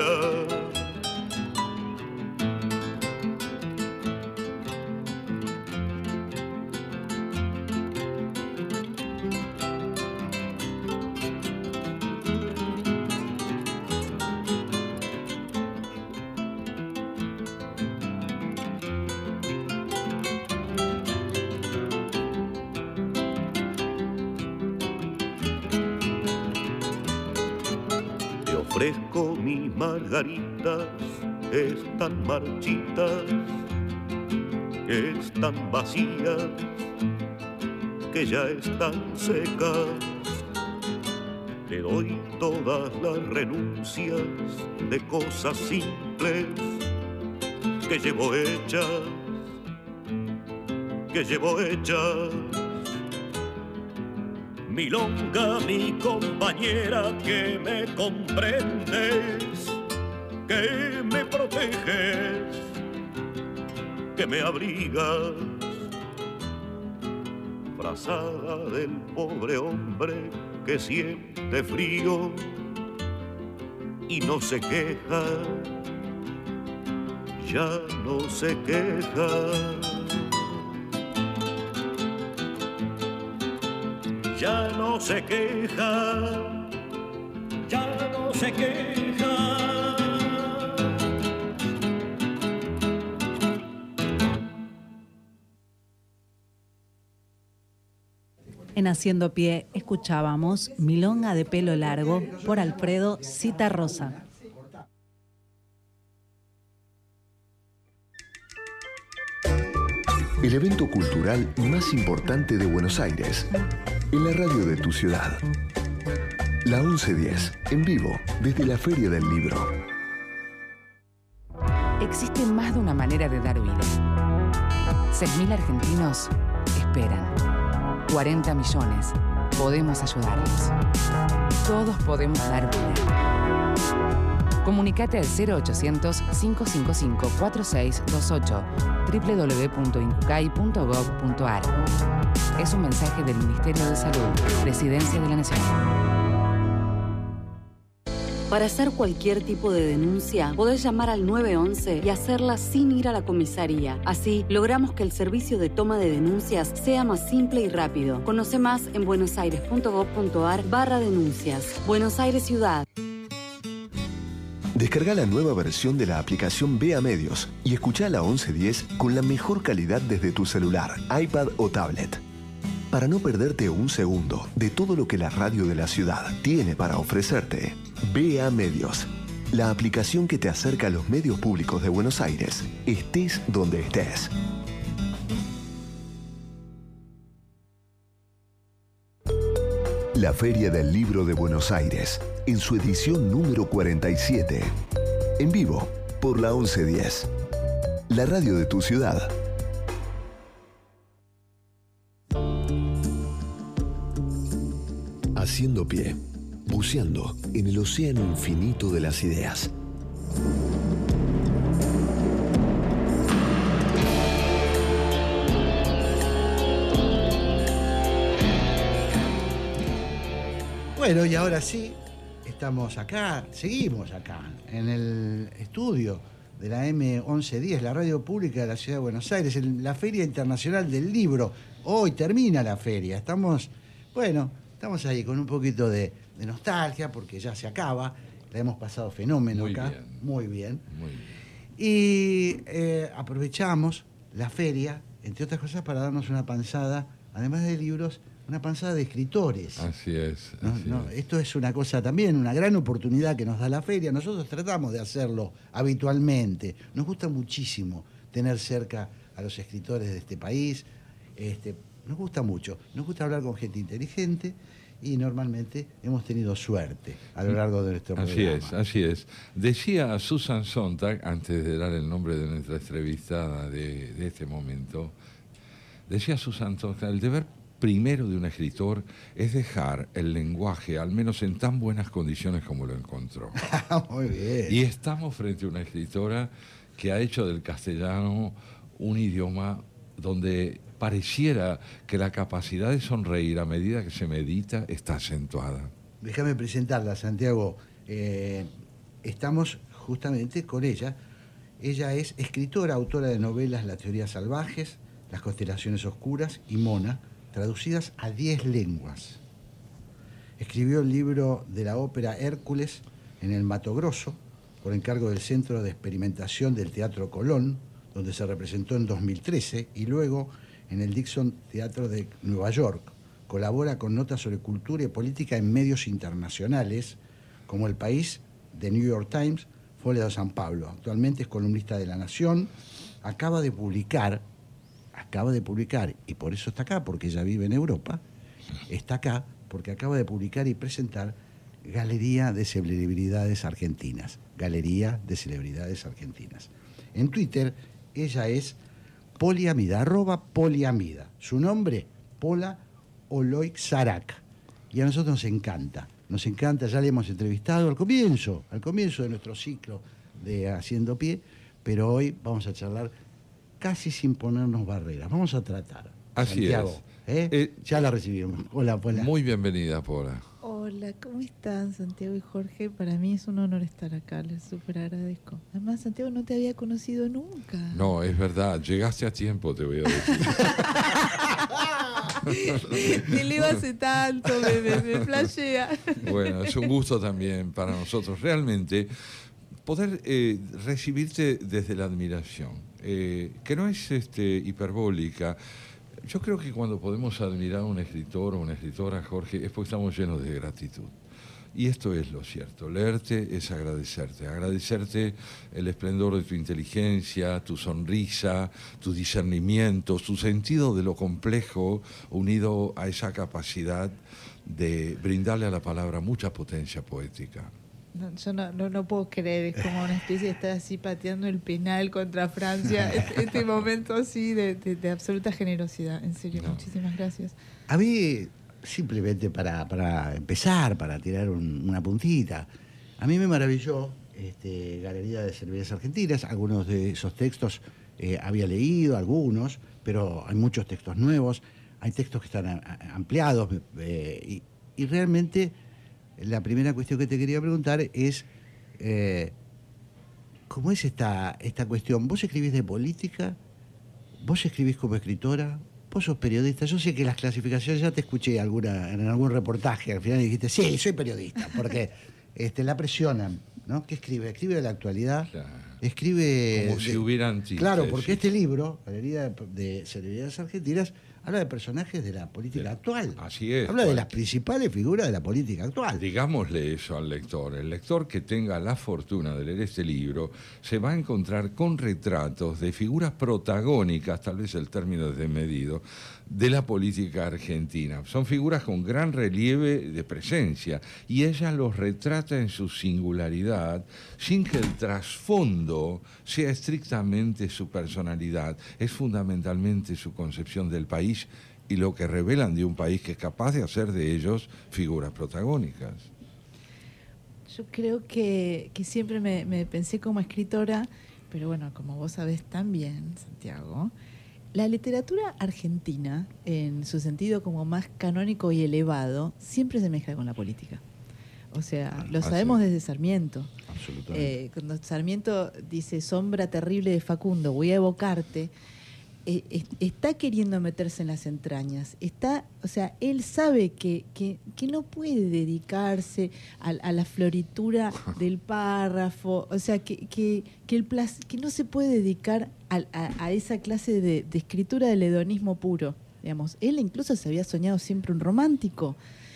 Ofrezco mis margaritas, están marchitas, que están vacías, que ya están secas. Te doy todas las renuncias de cosas simples que llevo hechas, que llevo hechas. Milonga, mi compañera, que me comprendes, que me proteges, que me abrigas. Frazada del pobre hombre que siente frío y no se queja, ya no se queja. Ya no se queja, ya no se queja. En Haciendo Pie escuchábamos Milonga de pelo largo por Alfredo Citarrosa. El evento cultural más importante de Buenos Aires, en la radio de tu ciudad. La 1110, en vivo, desde la Feria del Libro. Existe más de una manera de dar vida. 6.000 argentinos esperan. 40 millones. Podemos ayudarlos. Todos podemos dar vida. Comunicate al 0800-555-4628 www.incucay.gov.ar. Es un mensaje del Ministerio de Salud, Presidencia de la Nación. Para hacer cualquier tipo de denuncia, podés llamar al 911 y hacerla sin ir a la comisaría. Así, logramos que el servicio de toma de denuncias sea más simple y rápido. Conoce más en buenosaires.gov.ar/denuncias. Buenos Aires Ciudad. Descarga la nueva versión de la aplicación BEA Medios y escucha la 1110 con la mejor calidad desde tu celular, iPad o tablet. Para no perderte un segundo de todo lo que la radio de la ciudad tiene para ofrecerte, BEA Medios, la aplicación que te acerca a los medios públicos de Buenos Aires, estés donde estés. La Feria del Libro de Buenos Aires, en su edición número 47. En vivo, por la 1110. La radio de tu ciudad. Haciendo pie, buceando en el océano infinito de las ideas. Bueno, y ahora sí, estamos acá, seguimos acá, en el estudio de la M1110, la radio pública de la Ciudad de Buenos Aires, en la Feria Internacional del Libro. Hoy termina la feria, estamos ahí con un poquito de nostalgia, porque ya se acaba, la hemos pasado fenómeno Muy acá, bien. muy bien. Muy bien. Y aprovechamos la feria, entre otras cosas, para darnos una panzada, además de libros, una panzada de escritores. Así es. Esto es una cosa también, una gran oportunidad que nos da la feria. Nosotros tratamos de hacerlo habitualmente. Nos gusta muchísimo tener cerca a los escritores de este país. Nos gusta mucho. Nos gusta hablar con gente inteligente y normalmente hemos tenido suerte a lo largo de nuestro programa. Así es. Decía Susan Sontag, antes de dar el nombre de nuestra entrevistada de este momento, decía Susan Sontag, el deber primero de un escritor es dejar el lenguaje, al menos en tan buenas condiciones como lo encontró. Muy bien. Y estamos frente a una escritora que ha hecho del castellano un idioma donde pareciera que la capacidad de sonreír a medida que se medita está acentuada. Déjame presentarla, Santiago. Estamos justamente con ella. Ella es escritora, autora de novelas La teoría salvajes, Las constelaciones oscuras y Mona, traducidas a 10 lenguas. Escribió el libro de la ópera Hércules en el Mato Grosso, por encargo del Centro de Experimentación del Teatro Colón, donde se representó en 2013, y luego en el Dixon Teatro de Nueva York. Colabora con notas sobre cultura y política en medios internacionales, como El País, The New York Times, Folha de San Pablo. Actualmente es columnista de La Nación. Acaba de publicar, y por eso está acá, porque ella vive en Europa, está acá porque acaba de publicar y presentar Galería de Celebridades Argentinas. Galería de Celebridades Argentinas. En Twitter, ella es Poliamida, @Poliamida. Su nombre, Pola Oloixarac. Y a nosotros nos encanta, ya le hemos entrevistado al comienzo de nuestro ciclo de Haciendo Pie, pero hoy vamos a charlar casi sin ponernos barreras. Vamos a tratar. Así Santiago, es. Ya la recibimos. Hola, Pola. Muy bienvenida, Pola. Hola, ¿cómo están, Santiago y Jorge? Para mí es un honor estar acá, les súper agradezco. Además, Santiago, no te había conocido nunca. No, es verdad, llegaste a tiempo, te voy a decir. Te leo hace tanto, me flashea. Bueno, es un gusto también para nosotros, realmente, poder recibirte desde la admiración, que no es hiperbólica. Yo creo que cuando podemos admirar a un escritor o una escritora, Jorge, es porque estamos llenos de gratitud. Y esto es lo cierto. Leerte es agradecerte el esplendor de tu inteligencia, tu sonrisa, tu discernimiento, tu sentido de lo complejo, unido a esa capacidad de brindarle a la palabra mucha potencia poética. No, yo no puedo creer, es como una especie de estar así pateando el penal contra Francia, este momento así de absoluta generosidad, en serio, muchísimas gracias. A mí, simplemente para empezar, para tirar una puntita, a mí me maravilló Galería de Celebridades Argentinas. Algunos de esos textos había leído, algunos, pero hay muchos textos nuevos, hay textos que están ampliados y realmente... La primera cuestión que te quería preguntar es, ¿cómo es esta cuestión? ¿Vos escribís de política? ¿Vos escribís como escritora? ¿Vos sos periodista? Yo sé que las clasificaciones, ya te escuché en algún reportaje, al final dijiste, sí, soy periodista, porque la presionan, ¿no? ¿Qué escribe? Escribe de la actualidad, claro. Escribe... Como si hubieran antítesis. Claro, porque este libro, Galería de Celebridades Argentinas, habla de personajes de la política actual. Así es. Habla de las principales figuras de la política actual. Digámosle eso al lector. El lector que tenga la fortuna de leer este libro se va a encontrar con retratos de figuras protagónicas, tal vez el término es desmedido, de la política argentina. Son figuras con gran relieve de presencia y ella los retrata en su singularidad sin que el trasfondo sea estrictamente su personalidad. Es fundamentalmente su concepción del país y lo que revelan de un país que es capaz de hacer de ellos figuras protagónicas. Yo creo que siempre me pensé como escritora, pero bueno, como vos sabés también, Santiago, la literatura argentina, en su sentido como más canónico y elevado, siempre se mezcla con la política. O sea, lo sabemos desde Sarmiento. Absolutamente. Cuando Sarmiento dice sombra terrible de Facundo, voy a evocarte, está queriendo meterse en las entrañas. O sea, él sabe que no puede dedicarse a la floritura del párrafo, o sea, que no se puede dedicar a esa clase de escritura del hedonismo puro. digamos. Él incluso se había soñado siempre un romántico.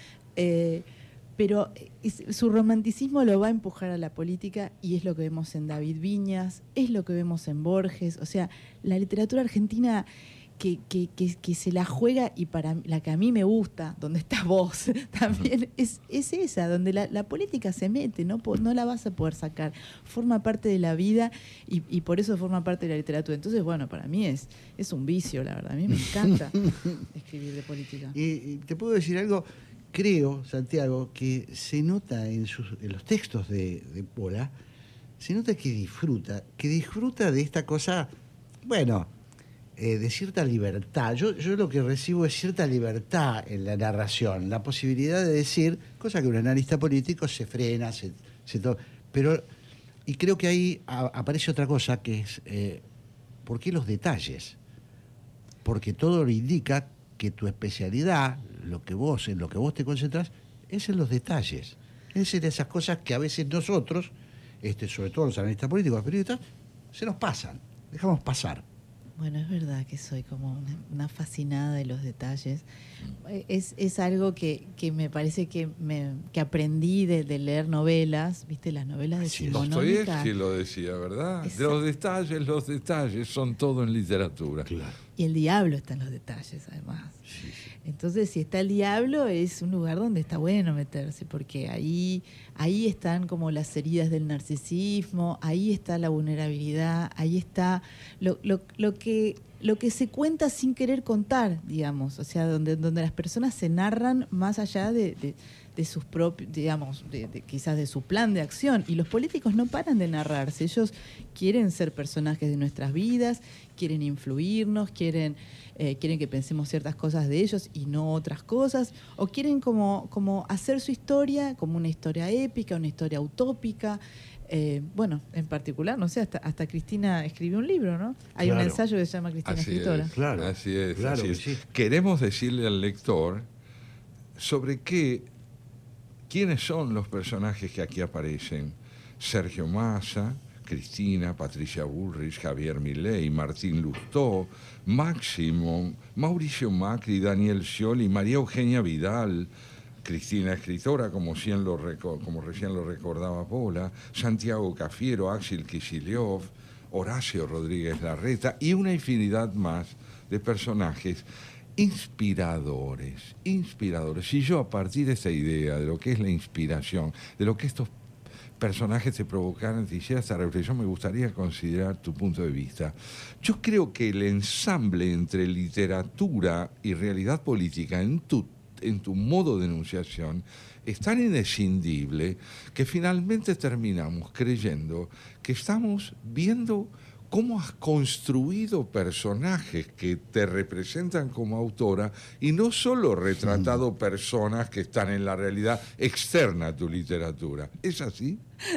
Pero su romanticismo lo va a empujar a la política y es lo que vemos en David Viñas, es lo que vemos en Borges. O sea, la literatura argentina que se la juega, y para la que a mí me gusta, donde estás vos también, es esa, donde la política se mete, no la vas a poder sacar. Forma parte de la vida y por eso forma parte de la literatura. Entonces, bueno, para mí es un vicio, la verdad. A mí me encanta escribir de política. Y te puedo decir algo. Creo, Santiago, que se nota en los textos de Pola, se nota que disfruta de esta cosa, bueno, de cierta libertad. Yo lo que recibo es cierta libertad en la narración, la posibilidad de decir, cosa que un analista político se frena, pero, y creo que ahí aparece otra cosa, que es, ¿por qué los detalles? Porque todo lo indica que tu especialidad, en lo que vos te concentras, es en los detalles. Es en esas cosas que a veces nosotros, sobre todo los analistas políticos, los periodistas, se nos pasan, dejamos pasar. Bueno, es verdad que soy como una fascinada de los detalles. Es algo que me parece que aprendí de leer novelas, ¿viste? Las novelas de Simonónica. Dostoyevski lo decía, ¿verdad? Los detalles son todo en literatura. Claro. Y el diablo está en los detalles, además. Sí. Entonces, si está el diablo, es un lugar donde está bueno meterse, porque ahí están como las heridas del narcisismo, ahí está la vulnerabilidad, ahí está lo que se cuenta sin querer contar, digamos, o sea, donde las personas se narran más allá de sus propios, digamos, quizás de su plan de acción. Y los políticos no paran de narrarse. Ellos quieren ser personajes de nuestras vidas, quieren influirnos, quieren que pensemos ciertas cosas de ellos y no otras cosas, o quieren como hacer su historia como una historia épica, una historia utópica. Bueno, en particular, no sé, hasta Cristina escribió un libro, ¿no? Hay un ensayo que se llama Cristina Escritora. Claro, así es. Sí. Queremos decirle al lector sobre quiénes son los personajes que aquí aparecen. Sergio Massa, Cristina, Patricia Bullrich, Javier Milei, Martín Lustó, Máximo, Mauricio Macri, Daniel Scioli, María Eugenia Vidal, Cristina Escritora, como recién lo recordaba Pola, Santiago Cafiero, Axel Kicillof, Horacio Rodríguez Larreta y una infinidad más de personajes inspiradores. Y yo, a partir de esta idea de lo que es la inspiración, de lo que estos personajes te provocaron, te hiciera esta reflexión, me gustaría considerar tu punto de vista. Yo creo que el ensamble entre literatura y realidad política en tu modo de enunciación es tan indescindible que finalmente terminamos creyendo que estamos viendo cómo has construido personajes que te representan como autora y no solo retratado personas que están en la realidad externa a tu literatura. ¿Es así?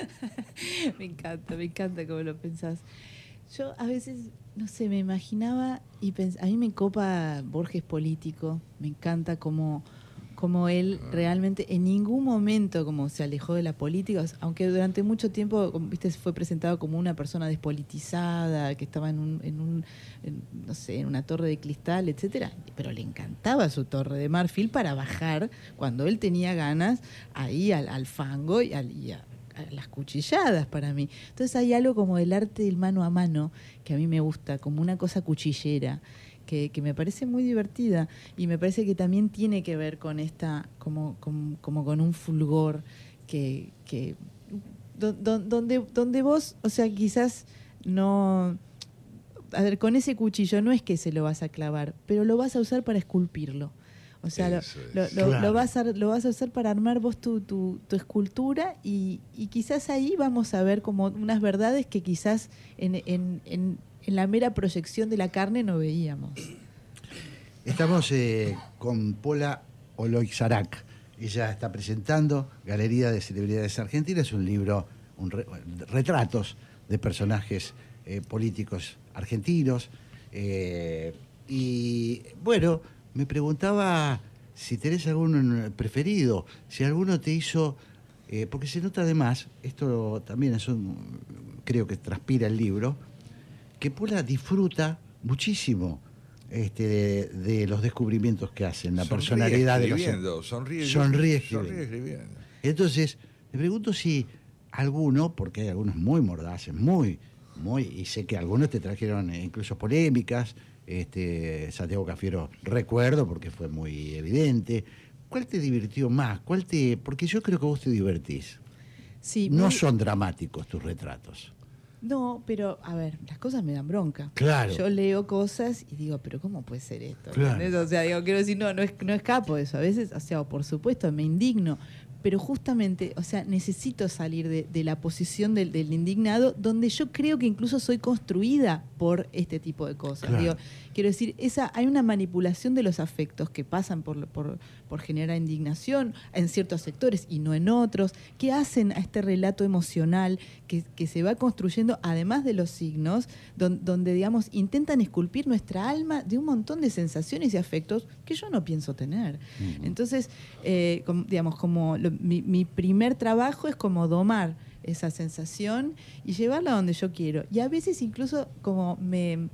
Me encanta cómo lo pensás. Yo a veces, no sé, me imaginaba y a mí me copa Borges político, me encanta cómo él realmente en ningún momento como se alejó de la política, aunque durante mucho tiempo, viste, fue presentado como una persona despolitizada, que estaba en una torre de cristal, etcétera, pero le encantaba su torre de marfil para bajar cuando él tenía ganas ahí al fango y a las cuchilladas para mí. Entonces hay algo como del arte del mano a mano que a mí me gusta, como una cosa cuchillera, que me parece muy divertida y me parece que también tiene que ver con esta, como con un fulgor donde vos, o sea, quizás no, a ver, con ese cuchillo no es que se lo vas a clavar, pero lo vas a usar para esculpirlo. O sea, lo vas a usar para armar vos tu escultura y quizás ahí vamos a ver como unas verdades que quizás en la mera proyección de la carne no veíamos. Estamos con Pola Oloizarák. Ella está presentando Galería de Celebridades Argentinas, un libro, retratos de personajes políticos argentinos. Y bueno, me preguntaba si tenés algún preferido, si alguno te hizo, porque se nota además, esto también creo que transpira el libro, que Pola disfruta muchísimo de los descubrimientos que hacen, la personalidad de los... Sonríe escribiendo. Entonces, me pregunto si alguno, porque hay algunos muy mordaces, muy, y sé que algunos te trajeron incluso polémicas, Santiago Cafiero recuerdo porque fue muy evidente. ¿Cuál te divirtió más? Porque yo creo que vos te divertís. Sí, no son dramáticos tus retratos. No, pero a ver, las cosas me dan bronca. Claro. Yo leo cosas y digo, pero ¿cómo puede ser esto? Claro. O sea, quiero decir, no escapo de eso. A veces, o sea, por supuesto, me indigno. Pero justamente, o sea, necesito salir de la posición del indignado, donde yo creo que incluso soy construida por este tipo de cosas. Claro. Quiero decir, hay una manipulación de los afectos que pasan por generar indignación en ciertos sectores y no en otros, que hacen a este relato emocional que se va construyendo, además de los signos, donde, digamos, intentan esculpir nuestra alma de un montón de sensaciones y afectos que yo no pienso tener. Uh-huh. Entonces, mi primer trabajo es como domar esa sensación y llevarla a donde yo quiero. Y a veces incluso como me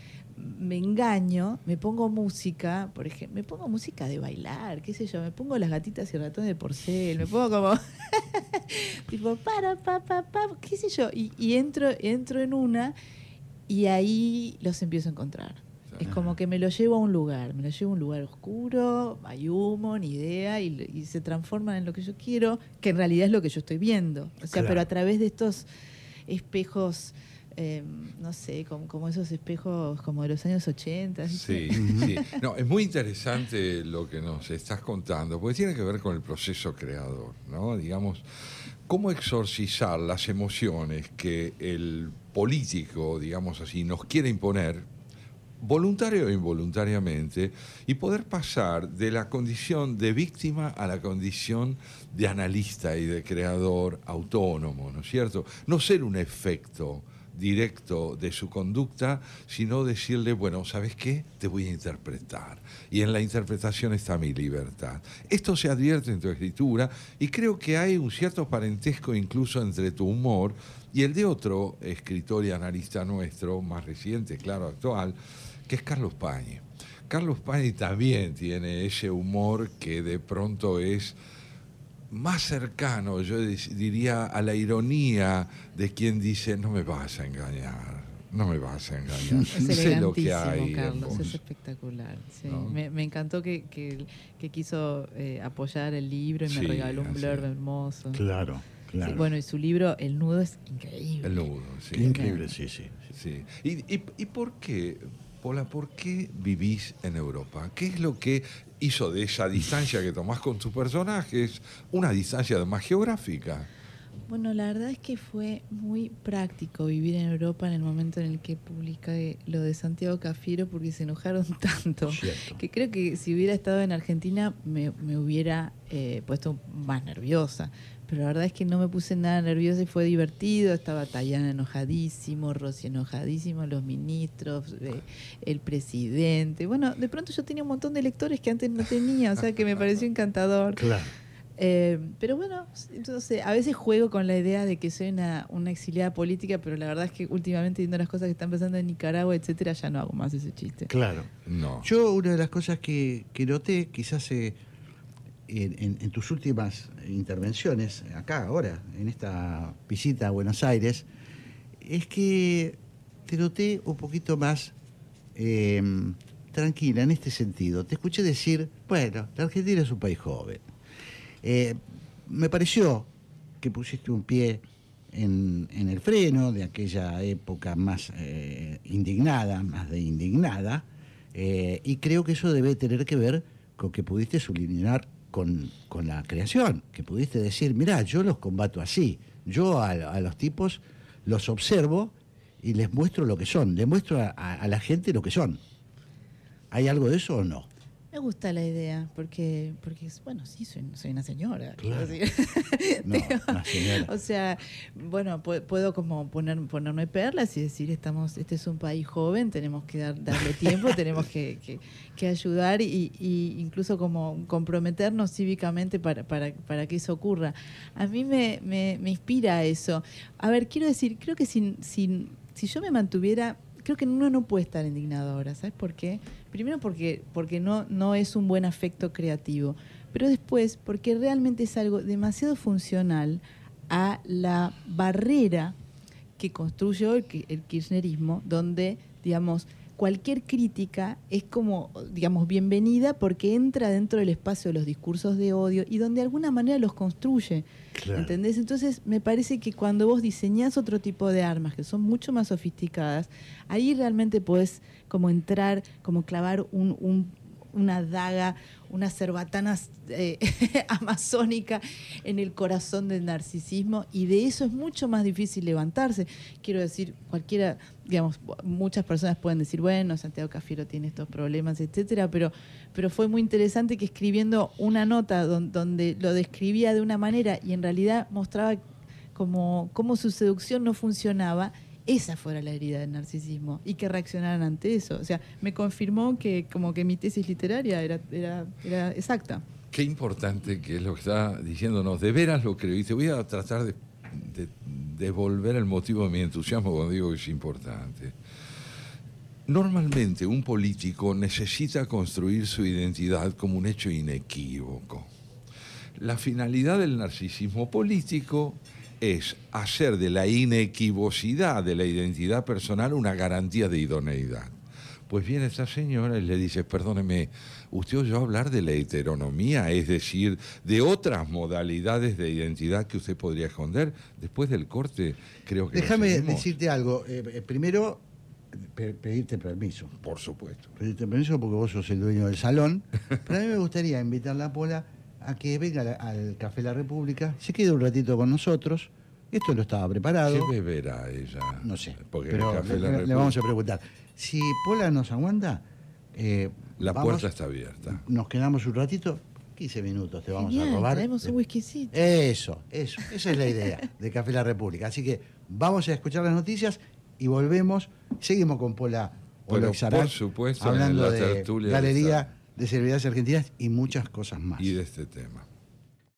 engaño, me pongo música, por ejemplo, me pongo música de bailar, qué sé yo, me pongo Las Gatitas y Ratones de Porcel, me pongo como tipo qué sé yo, y entro en una y ahí los empiezo a encontrar. Es como que me lo llevo a un lugar oscuro, hay humo, ni idea, y se transforman en lo que yo quiero, que en realidad es lo que yo estoy viendo. O sea, claro. Pero a través de estos espejos, no sé, como esos espejos como de los años 80. Sí, sí. No, es muy interesante lo que nos estás contando, porque tiene que ver con el proceso creador, ¿no? Digamos, cómo exorcizar las emociones que el político, digamos así, nos quiere imponer, voluntario o involuntariamente, y poder pasar de la condición de víctima a la condición de analista y de creador autónomo, ¿no es cierto? No ser un efecto directo de su conducta, sino decirle, bueno, ¿sabes qué? Te voy a interpretar. Y en la interpretación está mi libertad. Esto se advierte en tu escritura y creo que hay un cierto parentesco incluso entre tu humor y el de otro escritor y analista nuestro, más reciente, claro, actual, que es Carlos Pañi. Carlos Pañi también tiene ese humor que de pronto es más cercano, yo diría, a la ironía de quien dice, no me vas a engañar, Es sé lo que hay. Carlos, es espectacular. Sí. ¿No? Me encantó que quiso apoyar el libro y me regaló un blurb hermoso. Claro. Sí, bueno, y su libro, El Nudo, es increíble. El Nudo, sí. Increíble, sí. ¿Y por qué, Pola, por qué vivís en Europa? ¿Qué es lo que hizo de esa distancia que tomás con tus personajes una distancia además geográfica? Bueno, la verdad es que fue muy práctico vivir en Europa en el momento en el que publiqué lo de Santiago Cafiero, porque se enojaron tanto. Cierto. Que creo que si hubiera estado en Argentina me hubiera puesto más nerviosa. Pero la verdad es que no me puse nada nerviosa y fue divertido. Estaba Tayana enojadísimo, Rossi enojadísimo, los ministros, el presidente. Bueno, de pronto yo tenía un montón de lectores que antes no tenía, o sea que me pareció encantador. Claro. Pero bueno, entonces a veces juego con la idea de que soy una exiliada política, pero la verdad es que últimamente viendo las cosas que están pasando en Nicaragua, etcétera, ya no hago más ese chiste. Claro. No. Yo una de las cosas que noté, quizás en tus últimas intervenciones, acá, ahora, en esta visita a Buenos Aires, es que te noté un poquito más tranquila en este sentido. Te escuché decir, bueno, la Argentina es un país joven. Me pareció que pusiste un pie en el freno de aquella época más indignada, y creo que eso debe tener que ver con que pudiste sublinear con la creación, que pudiste decir, mirá, yo los combato así, yo a los tipos los observo y les muestro lo que son, les muestro a la gente lo que son. ¿Hay algo de eso o no? Me gusta la idea, porque bueno, sí, soy una señora. Claro. No, una señora. O sea, bueno, puedo como ponerme perlas y decir, este es un país joven, tenemos que darle tiempo, tenemos que ayudar y incluso como comprometernos cívicamente para que eso ocurra. A mí me inspira eso. A ver, quiero decir, creo que si yo me mantuviera creo que uno no puede estar indignado ahora, ¿sabes por qué? Primero porque no es un buen afecto creativo, pero después porque realmente es algo demasiado funcional a la barrera que construyó el kirchnerismo, donde, digamos, cualquier crítica es como, digamos, bienvenida porque entra dentro del espacio de los discursos de odio y donde de alguna manera los construye. Claro. ¿Entendés? Entonces, me parece que cuando vos diseñás otro tipo de armas que son mucho más sofisticadas, ahí realmente podés como entrar, como clavar una daga, una cerbatana amazónica en el corazón del narcisismo, y de eso es mucho más difícil levantarse. Quiero decir, cualquiera, digamos, muchas personas pueden decir, bueno, Santiago Cafiero tiene estos problemas, etcétera, pero fue muy interesante que escribiendo una nota donde lo describía de una manera y en realidad mostraba cómo su seducción no funcionaba, esa fuera la herida del narcisismo y que reaccionaran ante eso. O sea, me confirmó que como que mi tesis literaria era exacta. Qué importante que es lo que está diciéndonos. De veras lo creo. Y te voy a tratar de devolver el motivo de mi entusiasmo cuando digo que es importante. Normalmente un político necesita construir su identidad como un hecho inequívoco. La finalidad del narcisismo político es hacer de la inequivocidad de la identidad personal una garantía de idoneidad. Pues viene esta señora y le dice, perdóneme, ¿usted oyó hablar de la heteronomía? Es decir, de otras modalidades de identidad que usted podría esconder. Después del corte, creo que... Déjame decirte algo. Primero, pedirte permiso. Por supuesto. Pedirte permiso porque vos sos el dueño del salón. Pero a mí me gustaría invitarla a Pola a que venga al Café La República, se quede un ratito con nosotros. Esto lo estaba preparado. ¿Qué beberá ella? No sé, porque pero el Café La República... le vamos a preguntar. Si Pola nos aguanta... la puerta está abierta. Nos quedamos un ratito, 15 minutos te vamos Genial, a robar. traemos un whiskycito. Esa es la idea de Café La República. Así que vamos a escuchar las noticias y volvemos. Seguimos con Pola Oloixaray, por supuesto, hablando en la de tertulia Galería de Celebridades Argentinas y muchas cosas más. Y de este tema.